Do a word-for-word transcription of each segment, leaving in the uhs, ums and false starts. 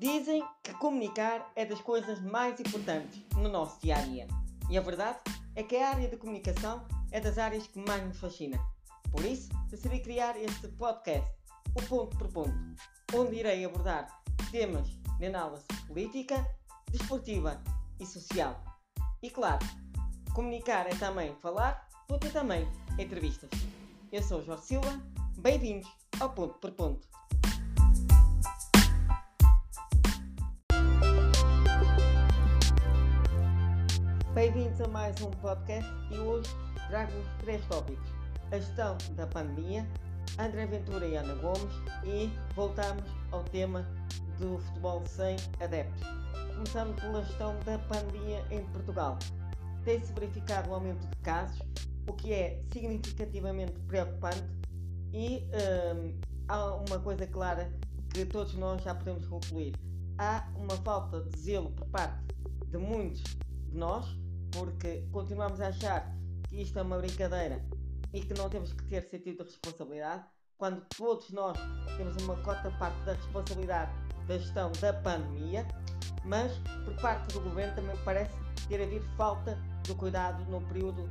Dizem que comunicar é das coisas mais importantes no nosso dia-a-dia. E a verdade é que a área de comunicação é das áreas que mais me fascina. Por isso, decidi criar este podcast, o Ponto por Ponto, onde irei abordar temas de análise política, desportiva e social. E claro, comunicar é também falar, vou ter também entrevistas. Eu sou Jorge Silva, bem-vindos ao Ponto por Ponto. Bem-vindos a mais um podcast e hoje trago-vos três tópicos: a gestão da pandemia, André Ventura e Ana Gomes, e voltamos ao tema do futebol sem adeptos. Começando pela gestão da pandemia em Portugal. Tem-se verificado o aumento de casos, o que é significativamente preocupante, e hum, há uma coisa clara que todos nós já podemos concluir: há uma falta de zelo por parte de muitos de nós, porque continuamos a achar que isto é uma brincadeira e que não temos que ter sentido de responsabilidade, quando todos nós temos uma cota parte da responsabilidade da gestão da pandemia. Mas por parte do governo também parece ter havido falta de cuidado no período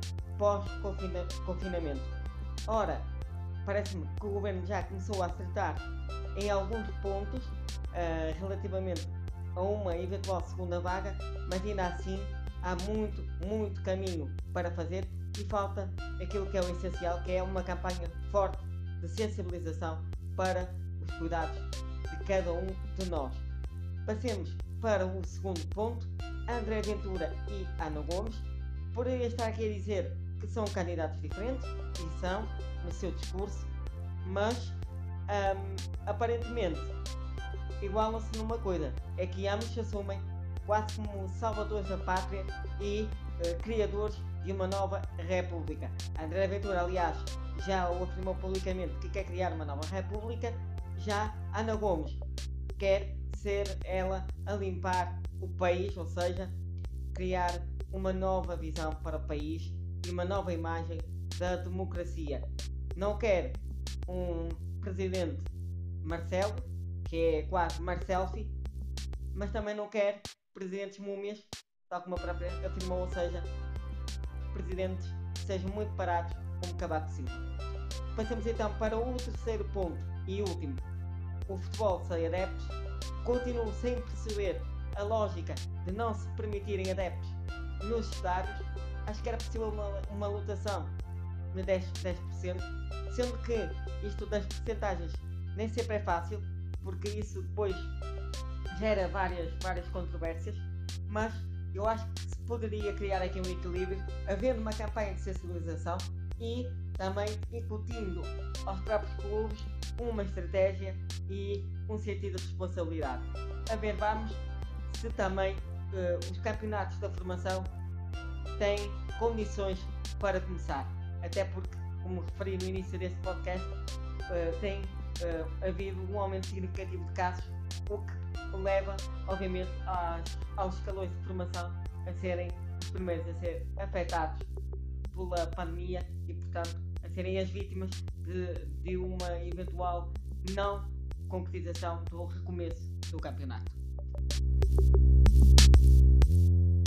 pós-confinamento. Ora, parece-me que o governo já começou a acertar em alguns pontos uh, relativamente a uma eventual segunda vaga, mas ainda assim há muito, muito caminho para fazer e falta aquilo que é o essencial, que é uma campanha forte de sensibilização para os cuidados de cada um de nós. Passemos para o segundo ponto: André Ventura e Ana Gomes. Poderia estar aqui a dizer que são candidatos diferentes, e são no seu discurso, mas hum, aparentemente igualam-se numa coisa: é que ambos se assumem quase como salvadores da pátria e uh, criadores de uma nova república. André Ventura, aliás, já o afirmou publicamente que quer criar uma nova república. Já Ana Gomes quer ser ela a limpar o país, ou seja, criar uma nova visão para o país e uma nova imagem da democracia. Não quer um presidente Marcelo, que é quase Marcelfi, mas também não quer presidentes múmias, tal como a própria afirmou, ou seja, presidentes que sejam muito parados como Cavaco Silva. Passamos então para o terceiro ponto e último: o futebol sem adeptos. Continuo sem perceber a lógica de não se permitirem adeptos nos estádios. Acho que era possível uma, uma lotação de dez por cento, sendo que isto das percentagens nem sempre é fácil, porque isso depois gera várias, várias controvérsias, mas eu acho que se poderia criar aqui um equilíbrio, havendo uma campanha de sensibilização e também incutindo aos próprios clubes uma estratégia e um sentido de responsabilidade. A ver, vamos se também uh, os campeonatos da formação têm condições para começar, até porque, como referi no início deste podcast, uh, tem uh, havido um aumento significativo de casos, o que leva, obviamente, aos, aos escalões de formação a serem os primeiros a ser afetados pela pandemia e, portanto, a serem as vítimas de, de uma eventual não concretização do recomeço do campeonato.